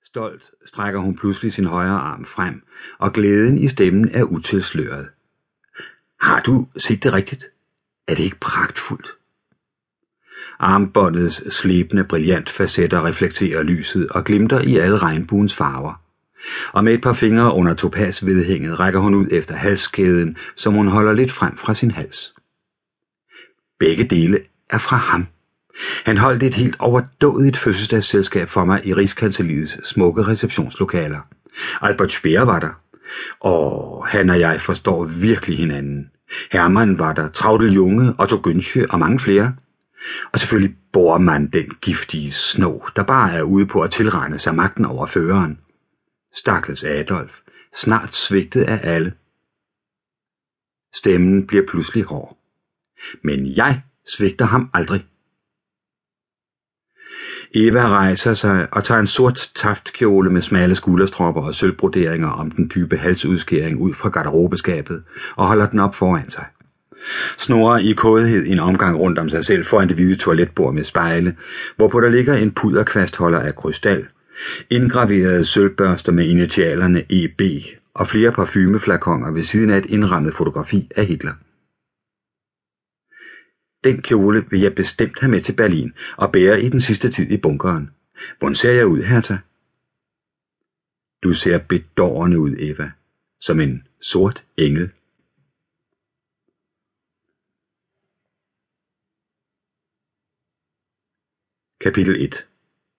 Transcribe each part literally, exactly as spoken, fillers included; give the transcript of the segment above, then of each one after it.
Stolt strækker hun pludselig sin højre arm frem, og glæden i stemmen er utilsløret. Har du set det rigtigt? Er det ikke pragtfuldt? Armbåndets slebende brillantfacetter reflekterer lyset og glimter i alle regnbuens farver. Og med et par fingre under topasvedhænget rækker hun ud efter halskæden, som hun holder lidt frem fra sin hals. Begge dele er fra ham. Han holdt et helt overdådigt fødselsdagsselskab for mig i Rigskancelliets smukke receptionslokaler. Albert Speer var der, og han og jeg forstår virkelig hinanden. Hermann var der, Traudl Junge, Otto Günsche og mange flere. Og selvfølgelig Bormann, den giftige snog, der bare er ude på at tilregne sig magten over føreren. Stakkels Adolf, snart svigtet af alle. Stemmen bliver pludselig hård. Men jeg svigter ham aldrig. Eva rejser sig og tager en sort taftkjole med smalle skulderstropper og sølvbroderinger om den dybe halsudskæring ud fra garderobeskabet og holder den op foran sig. Snorer i kådhed en omgang rundt om sig selv foran det hvide toiletbord med spejle, hvorpå der ligger en pudderkvastholder af krystal, indgraverede sølvbørster med initialerne E B og flere parfumeflakoner ved siden af et indrammet fotografi af Hitler. Den kjole vil jeg bestemt have med til Berlin og bære i den sidste tid i bunkeren. Hvordan ser jeg ud, Hertha? Du ser bedårende ud, Eva. Som en sort engel. Kapitel et.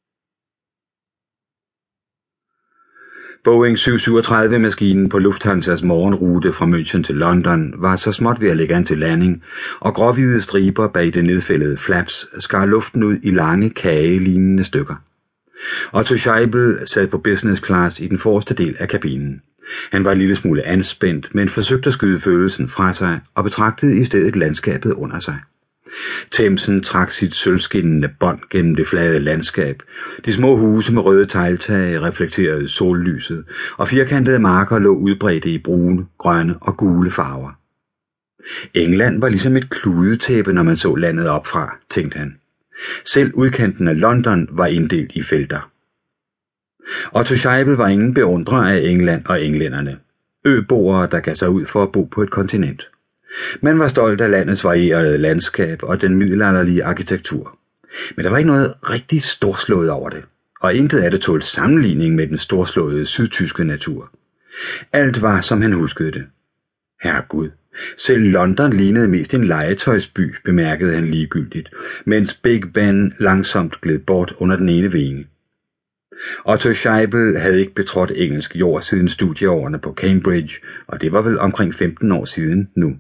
Boeing syv syvogtredive-maskinen på Lufthansas morgenrute fra München til London var så småt ved at lægge an til landing, og gråhvide striber bag det nedfældede flaps skar luften ud i lange kagelignende stykker. Otto Scheibel sad på business class i den forreste del af kabinen. Han var en lille smule anspændt, men forsøgte at skyde følelsen fra sig og betragtede i stedet landskabet under sig. Themsen trak sit sølvskinnende bånd gennem det flade landskab. De små huse med røde tegltage reflekterede sollyset, og firkantede marker lå udbredte i brune, grønne og gule farver. England var ligesom et kludetæppe, når man så landet opfra, tænkte han. Selv udkanten af London var inddelt i felter. Otto Scheibel var ingen beundrer af England og englænderne. Øboere, der gav sig ud for at bo på et kontinent. Man var stolt af landets varierede landskab og den middelalderlige arkitektur. Men der var ikke noget rigtig storslået over det, og intet af det tålte sammenligning med den storslåede sydtyske natur. Alt var, som han huskede det. Herregud, selv London lignede mest en legetøjsby, bemærkede han ligegyldigt, mens Big Ben langsomt gled bort under den ene vinge. Otto Scheibel havde ikke betrådt engelsk jord siden studieårene på Cambridge, og det var vel omkring femten år siden nu.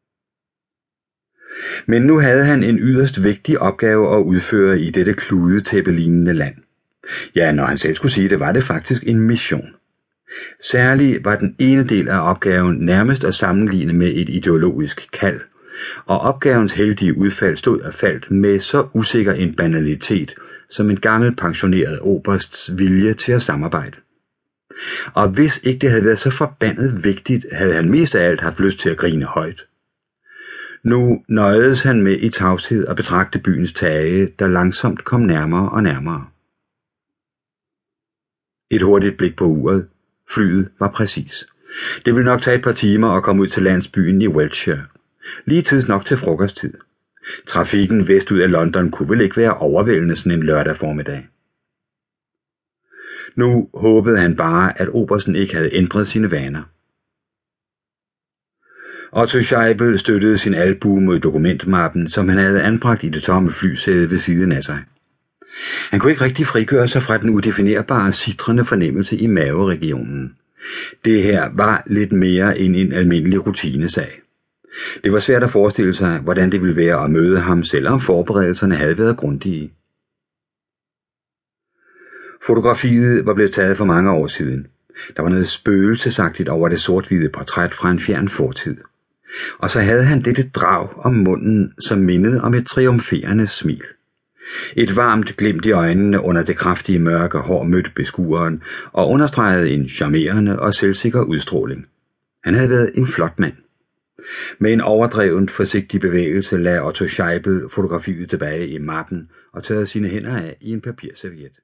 Men nu havde han en yderst vigtig opgave at udføre i dette kludetæppe-lignende land. Ja, når han selv skulle sige det, var det faktisk en mission. Særligt var den ene del af opgaven nærmest at sammenligne med et ideologisk kald, og opgavens heldige udfald stod og faldt med så usikker en banalitet, som en gammel pensioneret obersts vilje til at samarbejde. Og hvis ikke det havde været så forbandet vigtigt, havde han mest af alt haft lyst til at grine højt. Nu nøjedes han med i tavshed at betragte byens tage, der langsomt kom nærmere og nærmere. Et hurtigt blik på uret. Flyet var præcis. Det ville nok tage et par timer at komme ud til landsbyen i Wiltshire. Lige tids nok til frokosttid. Trafikken vestud af London kunne vel ikke være overvældende sådan en lørdag formiddag. Nu håbede han bare, at obersten ikke havde ændret sine vaner. Otto Scheibel støttede sin albue mod dokumentmappen, som han havde anbragt i det tomme flysæde ved siden af sig. Han kunne ikke rigtig frigøre sig fra den udefinerbare sitrende fornemmelse i maveregionen. Det her var lidt mere end en almindelig rutinesag. Det var svært at forestille sig, hvordan det ville være at møde ham, selvom forberedelserne havde været grundige. Fotografiet var blevet taget for mange år siden. Der var noget spøgelsesagtigt over det sort-hvide portræt fra en fjern fortid. Og så havde han dette drag om munden, som mindede om et triumferende smil. Et varmt glimt i øjnene under det kraftige mørke hår mødte beskueren og understregede en charmerende og selvsikker udstråling. Han havde været en flot mand. Med en overdrevent forsigtig bevægelse lagde Otto Scheibel fotografiet tilbage i mappen og tørrede sine hænder af i en papirserviet.